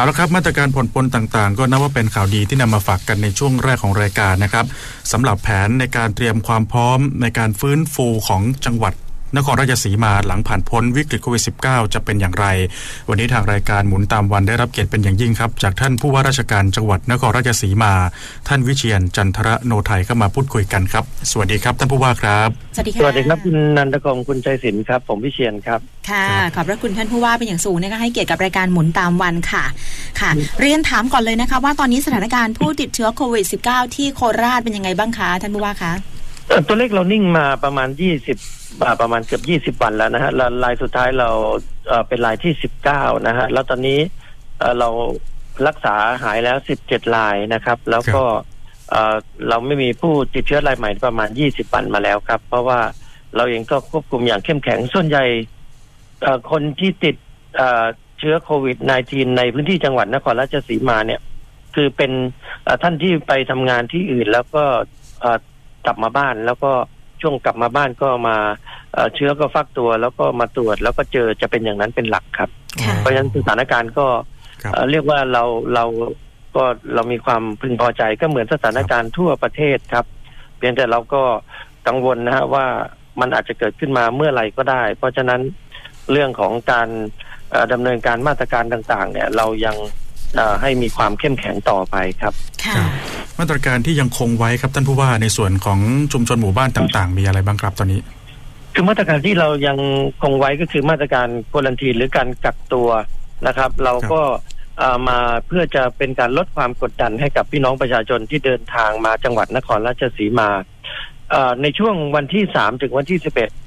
เอาละครับมาตรการผ่อนปลนต่างๆก็นับว่าเป็นข่าวดีที่นำมาฝากกันในช่วงแรกของรายการนะครับสำหรับแผนในการเตรียมความพร้อมในการฟื้นฟูของจังหวัดนครราชสีมาหลังผ่านพ้นวิกฤตโควิด -19 จะเป็นอย่างไรวันนี้ทางรายการหมุนตามวันได้รับเกียรติเป็นอย่างยิ่งครับจากท่านผู้ว่าราชการจังหวัดนครราชสีมาท่านวิเชียรจันทรโนไทยเข้ามาพูดคุยกันครับสวัสดีครับท่านผู้ว่าครับสวัสดีครับคุณนันทกรคุณใจศิลป์ครับผมวิเชียรครับค่ะขอบพระคุณท่านผู้ว่าเป็นอย่างสูงนะคะให้เกียรติกับรายการหมุนตามวันค่ะเรียนถามก่อนเลยนะคะว่าตอนนี้สถานการณ์ผู้ติดเชื้อโควิด -19 ที่โคราชเป็นยังไงบ้างคะท่านผู้ว่าคะตัวเลขเรานิ่งมาประมาณประมาณเกือบ20 วันแล้วนะฮะรายสุดท้ายเราเป็นรายที่19นะฮะแล้วตอนนี้เรารักษาหายแล้ว17รายนะครับแล้วก็เราไม่มีผู้ติดเชื้อรายใหม่ประมาณ20 วันมาแล้วครับเพราะว่าเราเองก็ควบคุมอย่างเข้มแข็งส่วนใหญ่คนที่ติดเชื้อโควิด -19 ในพื้นที่จังหวัดนครราชสีมาเนี่ยคือเป็นท่านที่ไปทำงานที่อื่นแล้วก็กลับมาบ้านแล้วก็ช่วงกลับมาบ้านก็มาเชื้อก็ฟักตัวแล้วก็มาตรวจแล้วก็เจอจะเป็นอย่างนั้นเป็นหลักครับเพราะฉะนั้นสถานการณ์ก็เรียกว่าเรามีความพึงพอใจก็เหมือนสถานการณ์ทั่วประเทศครับเพียงแต่เราก็กังวลนะฮะว่ามันอาจจะเกิดขึ้นมาเมื่อไหร่ก็ได้เพราะฉะนั้นเรื่องของการดำเนินการมาตรการต่างๆเนี่ยเรายังให้มีความเข้มแข็งต่อไปครับมาตรการที่ยังคงไว้ครับท่านผู้ว่าในส่วนของชุมชนหมู่บ้านต่างๆมีอะไรบ้างครับตอนนี้คือมาตรการที่เรายังคงไว้ก็คือมาตรการควอรันทีนหรือการกักตัวนะครับเราก็มาเพื่อจะเป็นการลดความกดดันให้กับพี่น้องประชาชนที่เดินทางมาจังหวัดนครราชสีมาในช่วงวันที่3ถึงวันที่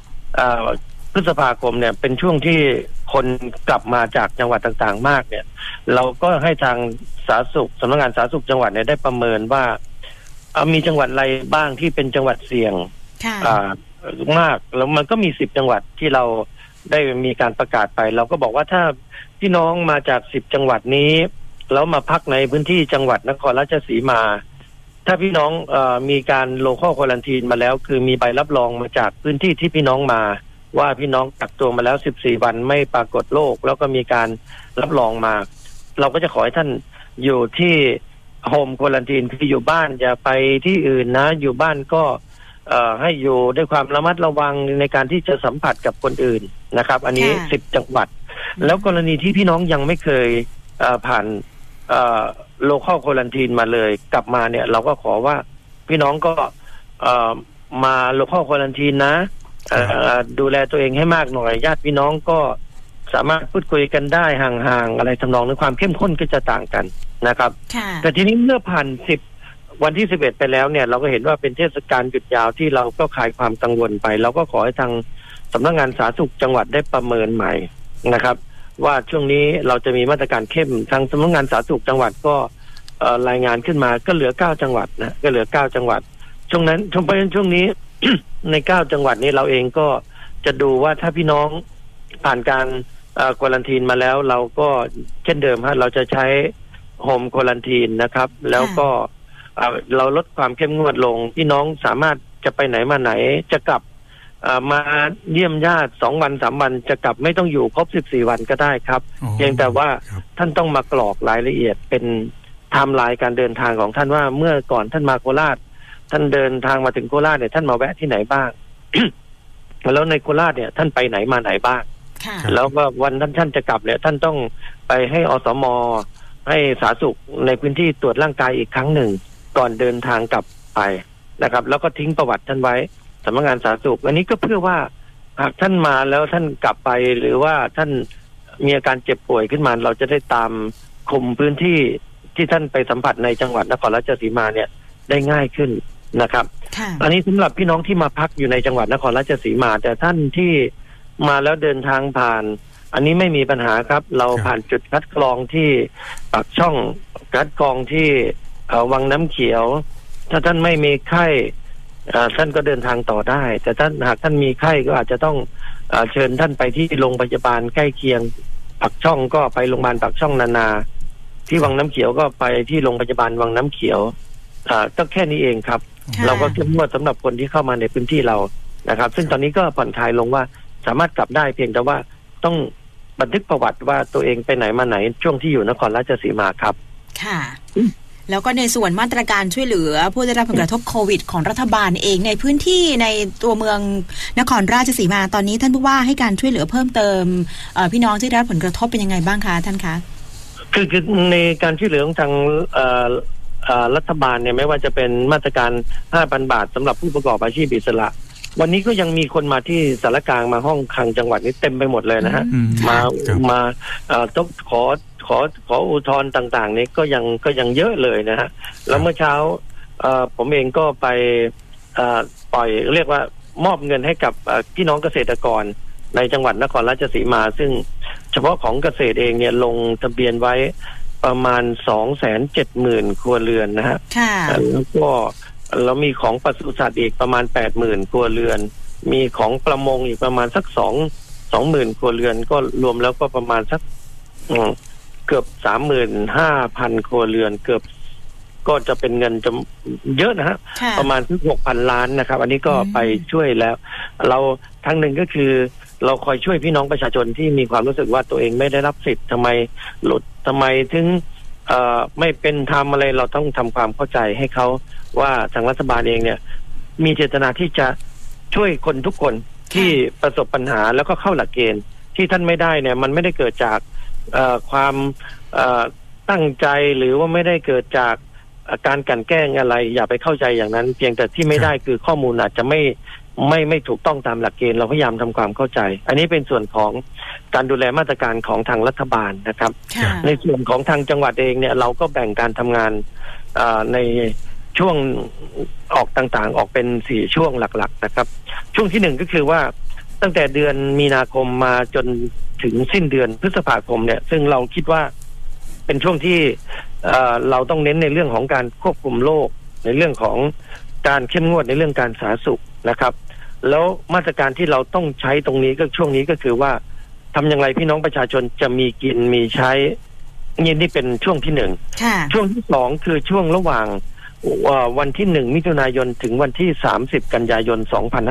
11พฤษภาคมเนี่ยเป็นช่วงที่คนกลับมาจากจังหวัดต่างๆมากเนี่ยเราก็ให้ทางสาธารณสุขสำนักงานสาธารณสุขจังหวัดเนี่ยได้ประเมินว่ามีจังหวัดอะไรบ้างที่เป็นจังหวัดเสี่ยงมากแล้วมันก็มี10 จังหวัดที่เราได้มีการประกาศไปเราก็บอกว่าถ้าพี่น้องมาจาก10 จังหวัดนี้แล้วมาพักในพื้นที่จังหวัดนครราชสีมาถ้าพี่น้องมีการโลคอลควอรันทีนมาแล้วคือมีใบรับรองมาจากพื้นที่ที่พี่น้องมาว่าพี่น้องกักตัวมาแล้ว14 วันไม่ปรากฏโรคแล้วก็มีการรับรองมาเราก็จะขอให้ท่านอยู่ที่โฮมควอรันทีนคืออยู่บ้านอย่าไปที่อื่นนะอยู่บ้านก็ให้อยู่ด้วยความระมัดระวังในการที่จะสัมผัสกับคนอื่นนะครับอันนี้10 จังหวัดแล้วกรณีที่พี่น้องยังไม่เคยผ่านโลคอลควอรันทีนมาเลยกลับมาเนี่ยเราก็ขอว่าพี่น้องก็มาโลคอลควอรันทีนนะดูแลตัวเองให้มากหน่อยญาติพี่น้องก็สามารถพูดคุยกันได้ห่างๆอะไรทำนองในความเข้มข้นก็จะต่างกันนะครับแต่ทีนี้เมื่อผ่านวันที่11ไปแล้วเนี่ยเราก็เห็นว่าเป็นเทศกาลหยุดยาวที่เราก็คลายความกังวลไปเราก็ขอให้ทางสำนักงานสาธารณสุขจังหวัดได้ประเมินใหม่นะครับว่าช่วงนี้เราจะมีมาตรการเข้มทางสำนักงานสาธารณสุขจังหวัดก็รายงานขึ้นมาก็เหลือ9 จังหวัดนะก็เหลือ9 จังหวัดช่วงนี้ ใน9 จังหวัดนี้เราเองก็จะดูว่าถ้าพี่น้องผ่านการควอรันทีนมาแล้วเราก็เช่นเดิมฮะเราจะใช้โฮมควอรันทีนนะครับแล้วก็เราลดความเข้มงวดลงพี่น้องสามารถจะไปไหนมาไหนจะกลับมาเยี่ยมญาติ2 วัน 3 วันจะกลับไม่ต้องอยู่ครบ14 วันก็ได้ครับเพียงแต่ว่าท่านต้องมากรอกรายละเอียดเป็นไทม์ไลน์การเดินทางของท่านว่าเมื่อก่อนท่านมาโคราชท่านเดินทางมาถึงโคราชเนี่ยท่านมาแวะที่ไหนบ้าง แล้วในโคราชเนี่ยท่านไปไหนมาไหนบ้างแล้วก็วันท่านจะกลับเนี่ยท่านต้องไปให้อสม.ให้สาธารณสุขในพื้นที่ตรวจร่างกายอีกครั้งหนึ่งก่อนเดินทางกลับไปนะครับแล้วก็ทิ้งประวัติท่านไว้สำนักงานสาธารณสุขอันนี้ก็เพื่อว่าหากท่านมาแล้วท่านกลับไปหรือว่าท่านมีอาการเจ็บป่วยขึ้นมาเราจะได้ตามคุมพื้นที่ที่ท่านไปสัมผัสในจังหวัดนครราชสีมาเนี่ยได้ง่ายขึ้นนะครับอันนี้สำหรับพี่น้องที่มาพักอยู่ในจังหวัดนครราชสีมาแต่ท่านที่มาแล้วเดินทางผ่านอันนี้ไม่มีปัญหาครับเราผ่านจุดคัดกรองที่ปากช่องคัดกรองที่วังน้ำเขียวถ้าท่านไม่มีไข้ท่านก็เดินทางต่อได้แต่หากท่านมีไข้ก็อาจจะต้องเชิญท่านไปที่โรงพยาบาลใกล้เคียงปากช่องก็ไปโรงพยาบาลปากช่องนาที่วังน้ำเขียวก็ไปที่โรงพยาบาลวังน้ำเขียวก็แค่นี้เองครับเราก็เข้มงวดสำหรับคนที่เข้ามาในพื้นที่เรานะครับซึ่งตอนนี้ก็ผ่อนคลายลงว่าสามารถกลับได้เพียงแต่ว่าต้องบันทึกประวัติว่าตัวเองไปไหนมาไหนช่วงที่อยู่นครราชสีมาครับค่ะแล้วก็ในส่วนมาตรการช่วยเหลือผู้ได้รับผลกระทบโควิดของรัฐบาลเองในพื้นที่ในตัวเมืองนครราชสีมาตอนนี้ท่านผู้ว่าให้การช่วยเหลือเพิ่มเติมพี่น้องที่ได้รับผลกระทบเป็นยังไงบ้างคะท่านคะคือในการช่วยเหลือของทางรัฐบาลเนี่ยไม่ว่าจะเป็นมาตรการ 5,000 บาทสำหรับผู้ประกอบอาชีพอิสระวันนี้ก็ยังมีคนมาที่สารกลางมาห้องคลังจังหวัดนี้เต็มไปหมดเลยนะฮะมาต้องขออุทธรณ์ต่างๆนี้ก็ยังเยอะเลยนะฮะแล้วเมื่อเช้าผมเองก็ไปปล่อยเรียกว่ามอบเงินให้กับพี่น้องเกษตรกรในจังหวัดนครราชสีมาซึ่งเฉพาะของเกษตรเองเนี่ยลงทะเบียนไว้ประมาณ 270,000 ครัวเรือนนะฮะแล้วก็เรามีของปศุสัตว์อีกประมาณ 80,000 ครัวเรือนมีของประมงอีกประมาณสัก20,000 ครัวเรือนก็รวมแล้วก็ประมาณสักเกือบ 35,000 ครัวเรือนเกือบก็จะเป็นเงินจะเยอะนะฮะประมาณถึง 6,000 ล้านนะครับอันนี้ก็ไปช่วยแล้วเราทั้งหนึ่งก็คือเราคอยช่วยพี่น้องประชาชนที่มีความรู้สึกว่าตัวเองไม่ได้รับสิทธิ์ทำไมหลุดทำไมถึงไม่เป็นธรรมอะไรเราต้องทำความเข้าใจให้เขาว่าทางรัฐบาลเองเนี่ยมีเจตนาที่จะช่วยคนทุกคนที่ประสบปัญหาแล้วก็เข้าหลักเกณฑ์ที่ท่านไม่ได้เนี่ยมันไม่ได้เกิดจากความตั้งใจหรือว่าไม่ได้เกิดจากการกลั่นแกล้งอะไรอย่าไปเข้าใจอย่างนั้นเพียงแต่ที่ไม่ได้คือข้อมูลอาจจะไม่ถูกต้องตามหลักเกณฑ์เราพยายามทำความเข้าใจอันนี้เป็นส่วนของการดูแลมาตรการของทางรัฐบาลนะครับในส่วนของทางจังหวัดเองเนี่ยเราก็แบ่งการทำงานในช่วงออกต่างๆออกเป็น4ช่วงหลักๆนะครับช่วงที่1ก็คือว่าตั้งแต่เดือนมีนาคมมาจนถึงสิ้นเดือนพฤษภาคมเนี่ยซึ่งเราคิดว่าเป็นช่วงที่เราต้องเน้นในเรื่องของการควบคุมโรคในเรื่องของการเข้มงวดในเรื่องการสาธารณสุขนะครับแล้วมาตรการที่เราต้องใช้ตรงนี้ก็ช่วงนี้ก็คือว่าทำอย่างไรพี่น้องประชาชนจะมีกินมีใช้นี่เป็นช่วงที่1ช่วงที่2คือช่วงระหว่างวันที่1มิถุนายนถึงวันที่30กันยายน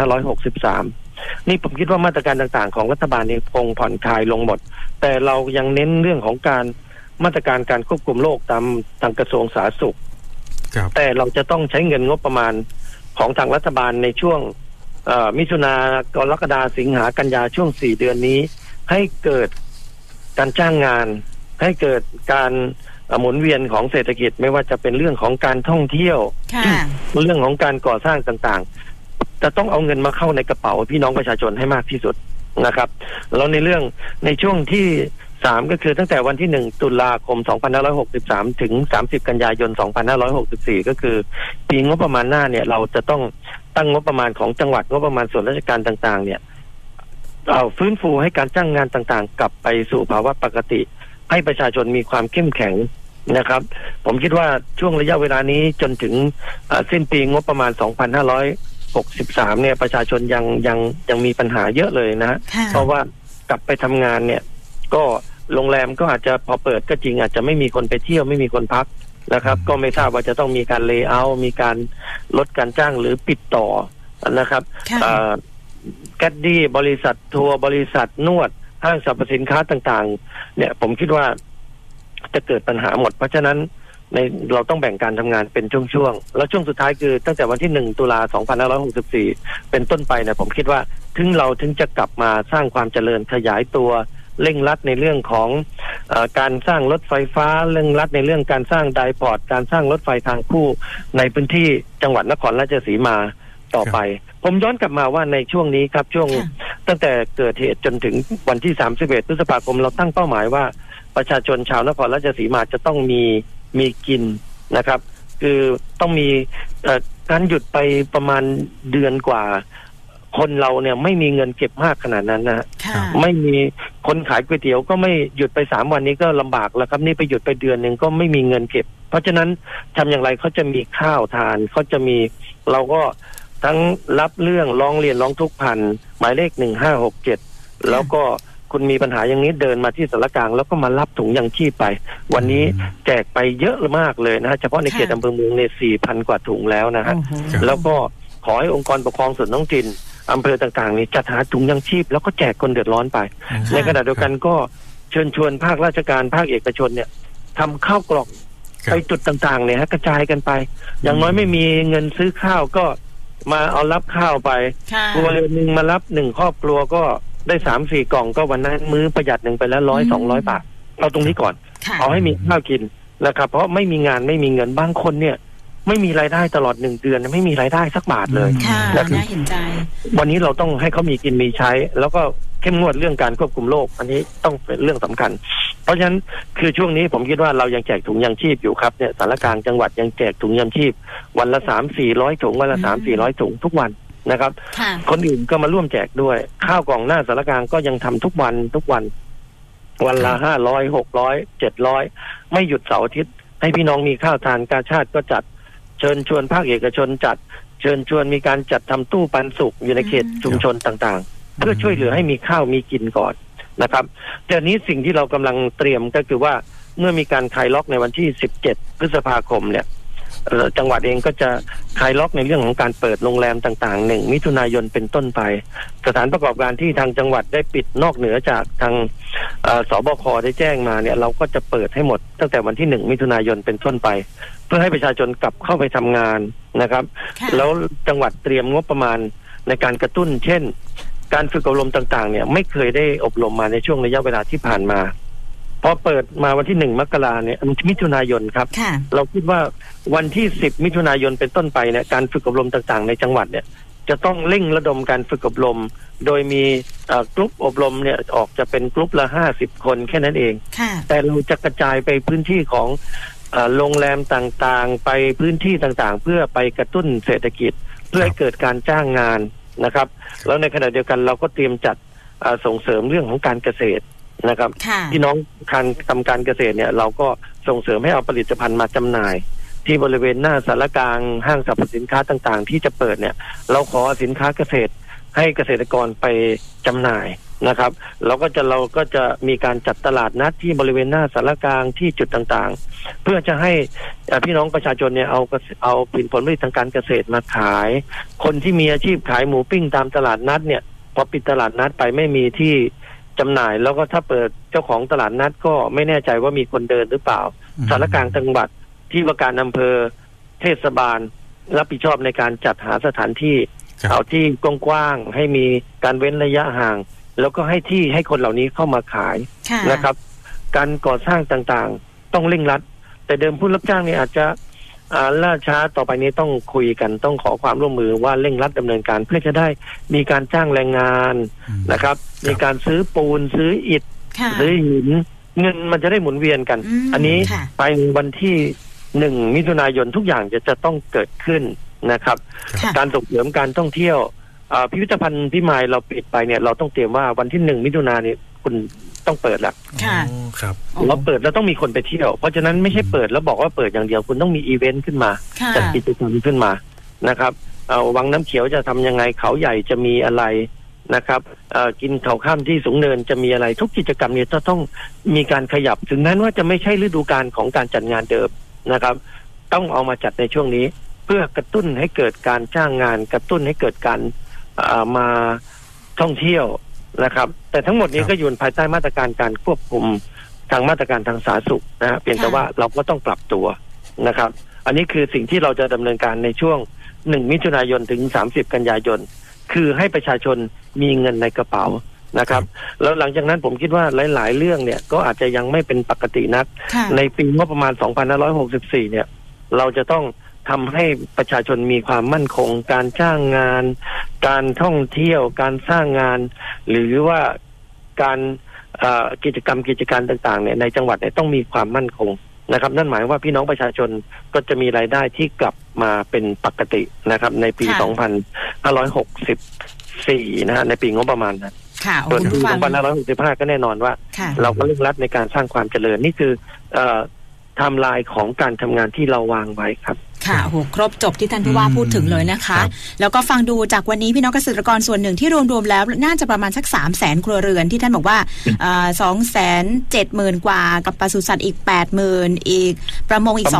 2563นี่ผมคิดว่ามาตรการต่างๆของรัฐบาลนี่คงผ่อนคลายลงหมดแต่เรายังเน้นเรื่องของการมาตรการการควบคุมโรคตามทางกระทรวงสาธารณสุขแต่เราจะต้องใช้เงินงบประมาณของทางรัฐบาลในช่วงมิถุนากรกฎาสิงหากันยาช่วง4เดือนนี้ให้เกิดการจ้างงานให้เกิดการหมุนเวียนของเศรษฐกิจไม่ว่าจะเป็นเรื่องของการท่องเที่ยวเรื่องของการก่อสร้างต่างๆจะต้องเอาเงินมาเข้าในกระเป๋าพี่น้องประชาชนให้มากที่สุดนะครับแล้วในช่วงที่3ก็คือตั้งแต่วันที่1ตุลาคม2563ถึง30กันยายน2564ก็คือปีงบประมาณหน้าเนี่ยเราจะต้องตั้งงบประมาณของจังหวัดงบประมาณส่วนราชการต่างๆเนี่ยฟื้นฟูให้การจ้างงานต่างๆกลับไปสู่ภาวะปกติให้ประชาชนมีความเข้มแข็งนะครับผมคิดว่าช่วงระยะเวลานี้จนถึงสิ้นปีงบประมาณ2563เนี่ยประชาชนยังมีปัญหาเยอะเลยนะเพราะว่ากลับไปทำงานเนี่ยก็โรงแรมก็อาจจะพอเปิดก็จริงอาจจะไม่มีคนไปเที่ยวไม่มีคนพักนะครับก็ไม่ทราบว่าจะต้องมีการเลย์เอาท์มีการลดการจ้างหรือปิดต่อนะครับแกดดี้บริษัททัวร์บริษัทนวดห้างสรรพสินค้าต่างๆเนี่ยผมคิดว่าจะเกิดปัญหาหมดเพราะฉะนั้นเราต้องแบ่งการทำงานเป็นช่วงๆแล้วช่วงสุดท้ายคือตั้งแต่วันที่1ตุลา2564เป็นต้นไปเนี่ยผมคิดว่าถึงจะกลับมาสร้างความเจริญขยายตัวเร่งรัดในเรื่องของการสร้างรถไฟฟ้าเร่งรัดในเรื่องการสร้างไดพอร์ตการสร้างรถไฟทางคู่ในพื้นที่จังหวัดนครราชสีมาต่อไปผมย้อนกลับมาว่าในช่วงนี้ครับช่วงตั้งแต่เกิดเหตุจนถึงวันที่31พฤษภาคมเราตั้งเป้าหมายว่าประชาชนชาวนครราชสีมาจะต้องมีกินนะครับคือต้องมีการหยุดไปประมาณเดือนกว่าคนเราเนี่ยไม่มีเงินเก็บมากขนาดนั้นนะไม่มีคนขายก๋วยเตี๋ยวก็ไม่หยุดไป3วันนี้ก็ลำบากแล้วครับนี่ไปหยุดไปเดือนนึงก็ไม่มีเงินเก็บเพราะฉะนั้นทำอย่างไรเขาจะมีข้าวทานเขาจะมีเราก็ทั้งรับเรื่องร้องเรียนร้องทุกข์ผ่านหมายเลข1567แล้วก็คุณมีปัญหาอย่างนี้เดินมาที่สารกลางแล้วก็มารับถุงยังชีพไปวันนี้แจกไปเยอะมากเลยนะฮะเฉพาะในเขตอำเภอเมืองเนี่ย 4,000 กว่าถุงแล้วนะฮะแล้วก็ขอให้องค์กรปกครองส่วนท้องถิ่นอำเภอต่างๆนี่จัดหาถุงยังชีพแล้วก็แจกคนเดือดร้อนไปในขณะเดียวกันก็เชิญชวนภาคราชการภาคเอกชนเนี่ยทำข้าวกล่องไปจุดต่างๆเนี่ยกระจายกันไปอย่างน้อยไม่มีเงินซื้อข้าวก็มาเอารับข้าวไปครัวเรือนนึงมารับ1ครอบครัวก็ได้ 3-4 กล่องก็วันนั้นมื้อประหยัดหนึ่งไปแล้ว100-200 บาทเอาตรงนี้ก่อนเอาให้มีข้าวกินนะครับเพราะไม่มีงานไม่มีเงินบางคนเนี่ยไม่มีรายได้ตลอด1 เดือนไม่มีรายได้สักบาทเลยน่าเห็นใจวันนี้เราต้องให้เขามีกินมีใช้แล้วก็เข้มงวดเรื่องการควบคุมโรคอันนี้ต้องเป็นเรื่องสำคัญเพราะฉะนั้นคือช่วงนี้ผมคิดว่าเรายังแจกถุงยังชีพอยู่ครับเนี่ยสารกลางจังหวัดยังแจกถุงยังชีพวันละ 300-400 ถุงวันละ 300-400 ถุงทุกวันนะครับคนอื่นก็มาร่วมแจกด้วยข้าวกล่องหน้าสารกลางก็ยังทำทุกวันวันละ500 600 700ไม่หยุดเสาร์อาทิตย์ให้พี่น้องมีข้าวทานกาชาติก็จัดเชิญชวนภาคเอกชนจัดเชิญชวนมีการจัดทำตู้ปันสุกอยู่ในเขตชุมชนต่างๆเพื่อช่วยเหลือให้มีข้าวมีกินก่อนนะครับแต่นี้สิ่งที่เรากำลังเตรียมก็คือว่าเมื่อมีการคลายล็อกในวันที่17 พฤษภาคมเนี่ยจังหวัดเองก็จะคลายล็อกในเรื่องของการเปิดโรงแรมต่างๆ1 มิถุนายนเป็นต้นไปสถานประกอบการที่ทางจังหวัดได้ปิดนอกเหนือจากทางสบคได้แจ้งมาเนี่ยเราก็จะเปิดให้หมดตั้งแต่วันที่1 มิถุนายนเป็นต้นไปเพื่อให้ประชาชนกลับเข้าไปทำงานนะครับแล้วจังหวัดเตรียมงบประมาณในการกระตุ้นเช่นการฝึกอบรมต่างๆเนี่ยไม่เคยได้อบรมมาในช่วงระยะเวลาที่ผ่านมาพอเปิดมาวันที่1 มกราเนี่ยมิถุนายนครับเราคิดว่าวันที่10 มิถุนายนเป็นต้นไปเนี่ยการฝึกอบรมต่างๆในจังหวัดเนี่ยจะต้องเร่งระดมการฝึกอบรมโดยมีกลุ่มอบรมเนี่ยออกจะเป็นกลุ่มละ50 คนแค่นั้นเองแต่เราจะกระจายไปพื้นที่ของโรงแรมต่างๆไปพื้นที่ต่างๆเพื่อไปกระตุ้นเศรษฐกิจเพื่อให้เกิดการจ้างงานนะครับแล้วในขณะเดียวกันเราก็เตรียมจัดส่งเสริมเรื่องของการเกษตรนะครับพี่น้องการทำการเกษตรเนี่ยเราก็ส่งเสริมให้เอาผลิตภัณฑ์มาจำหน่ายที่บริเวณหน้าสารกลางห้างสรรพสินค้าต่างๆที่จะเปิดเนี่ยเราขอสินค้าเกษตรให้เกษตรกรไปจำหน่ายนะครับเราก็จะมีการจัดตลาดนัดที่บริเวณหน้าสารกลางที่จุดต่างๆเพื่อจะให้พี่น้องประชาชนเนี่ยเอาผลผลิตทางการเกษตรมาขายคนที่มีอาชีพขายหมูปิ้งตามตลาดนัดเนี่ยพอปิดตลาดนัดไปไม่มีที่จำหน่ายแล้วก็ถ้าเปิดเจ้าของตลาดนัดก็ไม่แน่ใจว่ามีคนเดินหรือเปล่าสารกลางจังหวัดที่ว่าการอำเภอเทศบาลรับผิดชอบในการจัดหาสถานที่เอาที่กว้างๆให้มีการเว้นระยะห่างแล้วก็ให้ที่ให้คนเหล่านี้เข้ามาขายนะครับการก่อสร้างต่างๆต้องเร่งรัดแต่เดิมผู้รับจ้างเนี่ยอาจจะล่าช้าต่อไปนี้ต้องคุยกันต้องขอความร่วมมือว่าเร่งรัดดำเนินการเพื่อจะได้มีการจ้างแรงงานนะครับมีการซื้อปูนซื้ออิฐซื้อหินเงินมันจะได้หมุนเวียนกันอันนี้ไปวันที่1 มิถุนายนทุกอย่างจะต้องเกิดขึ้นนะครับการส่งเสริมการท่องเที่ยวพิพิธภัณฑ์พิมายเราปิดไปเนี่ยเราต้องเตรียมว่าวันที่1 มิถุนายนนี้คุณต้องเปิดแล้วครับเราเปิดแล้วต้องมีคนไปเที่ยวเพราะฉะนั้นไม่ใช่เปิดแล้วบอกว่าเปิดอย่างเดียวคุณต้องมีอีเวนต์ขึ้นมาจัดกิจกรรมขึ้นมานะครับวังน้ำเขียวจะทำยังไงเขาใหญ่จะมีอะไรนะครับกินเขาข้ามที่สูงเนินจะมีอะไรทุกกิจกรรมเนี่ยจะต้องมีการขยับถึงนั้นว่าจะไม่ใช่ฤดูกาลของการจัดงานเดิมนะครับต้องเอามาจัดในช่วงนี้เพื่อกระตุ้นให้เกิดการจ้างงานกระตุ้นให้เกิดการมาท่องเที่ยวนะครับแต่ทั้งหมดนี้ก็อยู่ภายใต้มาตรการการควบคุมทางมาตรการทางสาธารณสุขนะเพียงแต่ว่าเราก็ต้องปรับตัวนะครับอันนี้คือสิ่งที่เราจะดำเนินการในช่วง1 มิถุนายนถึง30 กันยายนคือให้ประชาชนมีเงินในกระเป๋านะครับแล้วหลังจากนั้นผมคิดว่าหลายๆเรื่องเนี่ยก็อาจจะยังไม่เป็นปกตินักในปีงบประมาณ2564เนี่ยเราจะต้องทำให้ประชาชนมีความมั่นคงการจ้างงานการท่องเที่ยวการสร้างงานหรือว่าการกิจการต่างๆเนี่ยในจังหวัดเนี่ยต้องมีความมั่นคงนะครับนั่นหมายว่าพี่น้องประชาชนก็จะมีรายได้ที่กลับมาเป็นปกตินะครับในปี2564นะฮะในปีงบประมาณนั้นส่วนปี2565ก็แน่นอนว่าเราก็เร่งรัดในการสร้างความเจริญนี่คือไทม์ไลน์ของการทำงานที่เราวางไว้ครับค่ะโหครบจบที่ท่านผู้ว่าพูดถึงเลยนะคะแล้วก็ฟังดูจากวันนี้พี่น้องเกษตรกรส่วนหนึ่งที่รวมๆแล้วน่าจะประมาณสัก 300,000 ครัวเรือนที่ท่านบอกว่า270,000 กว่ากับปศุสัตว์อีก 80,000 อีกประมงอีก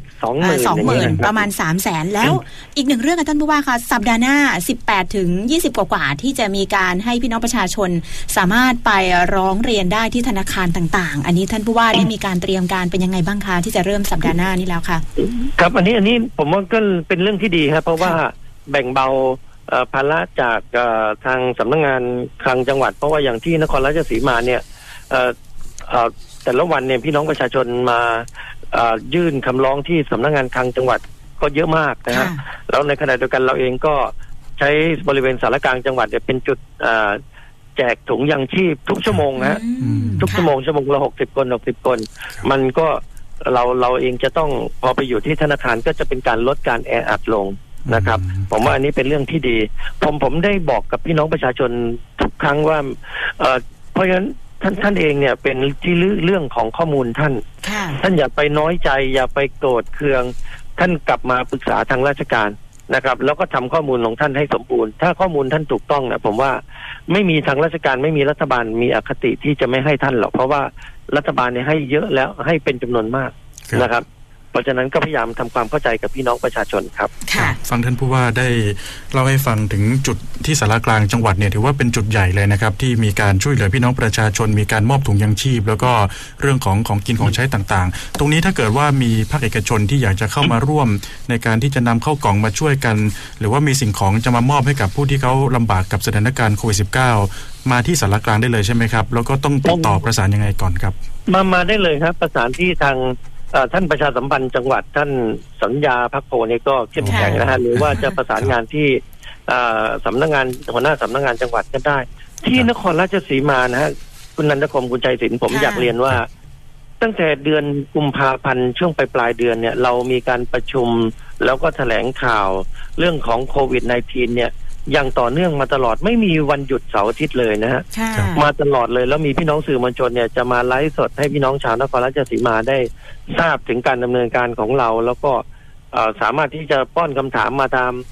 20,000 ประมาณ 300,000 แล้วอีกหนึ่งเรื่องค่ะท่านผู้ว่าค่ะสัปดาห์หน้า18ถึง20กว่าที่จะมีการให้พี่น้องประชาชนสามารถไปร้องเรียนได้ที่ธนาคารต่างๆอันนี้ท่านผู้ว่าได้มีการเตรียมการเป็นยังไงบ้างคะที่จะเริ่มสัปดาห์หน้านี้แล้วค่ะครับอันนี้ผมว่าก็เป็นเรื่องที่ดีครับเพราะว่าแบ่งเบาภาระจากทางสำนักงานคลังจังหวัดเพราะว่าอย่างที่นครราชสีมาเนี่ยแต่ละวันเนี่ยพี่น้องประชาชนมายื่นคำร้องที่สำนักงานคลังจังหวัดก็เยอะมากนะฮะแล้วในขณะเดียวกันเราเองก็ใช้บริเวณสารกลางจังหวัดเนี่ยเป็นจุดแจกถุงยังชีพทุกชั่วโมงนะทุกชั่วโมงละ60 คนมันก็เราเองจะต้องพอไปอยู่ที่ธนาคารก็จะเป็นการลดการแออัดลงนะครับผมว่าอันนี้เป็นเรื่องที่ดีผมได้บอกกับพี่น้องประชาชนทุกครั้งว่าเพราะฉะนั้นท่านเองเนี่ยเป็นที่เรื่องของข้อมูลท่านอย่าไปน้อยใจอย่าไปโกรธเคืองท่านกลับมาปรึกษาทางราชการนะครับแล้วก็ทำข้อมูลของท่านให้สมบูรณ์ถ้าข้อมูลท่านถูกต้องนะผมว่าไม่มีทางราชการไม่มีรัฐบาลมีอคติที่จะไม่ให้ท่านหรอกเพราะว่ารัฐบาลเนี่ยให้เยอะแล้วให้เป็นจำนวนมากนะครับเพราะฉะนั้นก็พยายามทำความเข้าใจกับพี่น้องประชาชนครับฟังท่านผู้ว่าได้เล่าให้ฟังถึงจุดที่สารกลางจังหวัดเนี่ยถือว่าเป็นจุดใหญ่เลยนะครับที่มีการช่วยเหลือพี่น้องประชาชนมีการมอบถุงยังชีพแล้วก็เรื่องของกินของใช้ต่างๆตรงนี้ถ้าเกิดว่ามีภาคเอกชนที่อยากจะเข้ามาร่วมในการที่จะนำเข้ากล่องมาช่วยกันหรือว่ามีสิ่งของจะมามอบให้กับผู้ที่เขาลำบากกับสถานการณ์โควิด -19 มาที่สารกลางได้เลยใช่ไหมครับแล้วก็ต้องติดต่อประสานยังไงก่อนครับมาได้เลยครับประสานที่ทางท่านประชาสัมพันธ์จังหวัดท่านสัญญาภักโพนี่ก็เข้มแข็งนะฮะหรือว่าจะประสานงานที่สำนักงานหัวหน้าสำนักงานจังหวัดก็ได้ที่นครราชสีมานะฮะคุณนันทคมคุณชัยศิลป์ผมอยากเรียนว่าตั้งแต่เดือนกุมภาพันธ์ช่วงปลายเดือนเนี่ยเรามีการประชุมแล้วก็แถลงข่าวเรื่องของโควิด -19 เนี่ยอย่างต่อเนื่องมาตลอดไม่มีวันหยุดเสาร์อาทิตย์เลยนะฮะมาตลอดเลยแล้วมีพี่น้องสื่อมวลชนเนี่ยจะมาไลฟ์สดให้พี่น้องชาวนครราชสีมาได้ทราบถึงการดำเนินการของเราแล้วก็สามารถที่จะป้อนคำถามมาตาม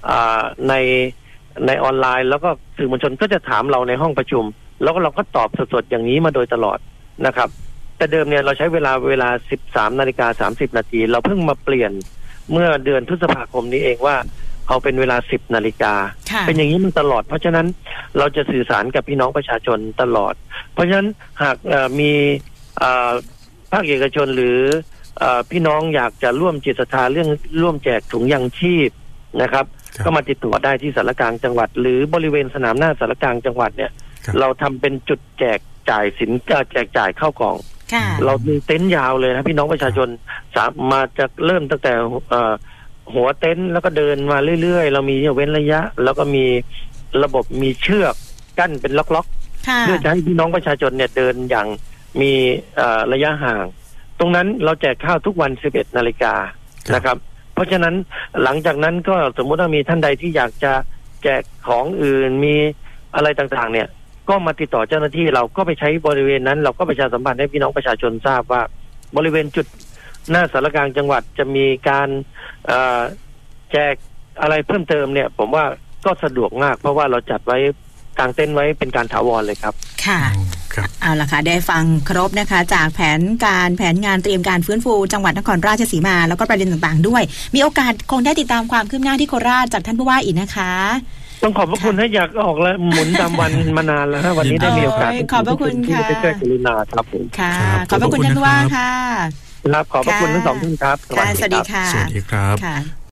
ในออนไลน์แล้วก็สื่อมวลชนก็จะถามเราในห้องประชุมแล้วก็เราก็ตอบสดๆอย่างนี้มาโดยตลอดนะครับแต่เดิมเนี่ยเราใช้เวลา13:30 นาทีเราเพิ่งมาเปลี่ยนเมื่อเดือนพฤษภาคมนี้เองว่าเอาเป็นเวลา10 นาฬิกาเป็นอย่างนี้มันตลอดเพราะฉะนั้นเราจะสื่อสารกับพี่น้องประชาชนตลอดเพราะฉะนั้นหากมีภาคเอกชนหรือพี่น้องอยากจะร่วมจิตศรัทธาเรื่องร่วมแจกถุงยังชีพนะครับก็มาติดต่อได้ที่สารกลางจังหวัดหรือบริเวณสนามหน้าสารกลางจังหวัดเนี่ยเราทำเป็นจุดแจกจ่ายสินแจกจ่ายเข้ากล่องเรามีเต็นท์ยาวเลยนะพี่น้องประชาชนสามารถจะเริ่มตั้งแต่หัวเต็นท์แล้วก็เดินมาเรื่อยๆเรามีเว้นระยะแล้วก็มีระบบมีเชือกกั้นเป็นล็อกๆเพื่อจะให้พี่น้องประชาชนเนี่ยเดินอย่างมีระยะห่างตรงนั้นเราแจกข้าวทุกวัน 11 นาฬิกานะครับเพราะฉะนั้นหลังจากนั้นก็สมมุติว่ามีท่านใดที่อยากจะแจกของอื่นมีอะไรต่างๆเนี่ยก็มาติดต่อเจ้าหน้าที่เราก็ไปใช้บริเวณนั้นเราก็ประชาสัมพันธ์ให้พี่น้องประชาชนทราบว่าบริเวณจุดหน้าสารกลางจังหวัดจะมีการแจกอะไรเพิ่มเติมเนี่ยผมว่าก็สะดวกมากเพราะว่าเราจัดไว้กางเต็นท์ไว้เป็นการถาวรเลยครับค่ะเอาล่ะค่ะได้ฟังครบนะคะจากแผนงานเตรียมการฟื้นฟูจังหวัดนครราชสีมาแล้วก็ประเด็นต่างๆด้วยมีโอกาสคงได้ติดตามความคืบหน้าที่โคราชจากท่านผู้ว่าอีกนะคะต้องขอบพระคุณให้อยากออกแล้วหมุนตามวันมานานแล้วฮะวันนี้ได้มีโอกาสขอบพระคุณค่ะที่ได้กรุณาครับผมค่ะขอบพระคุณท่านผู้ว่าค่ะครับขอบพระคุณทั้งสองท่านครับสวัสดีค่ะสวัสดีครับ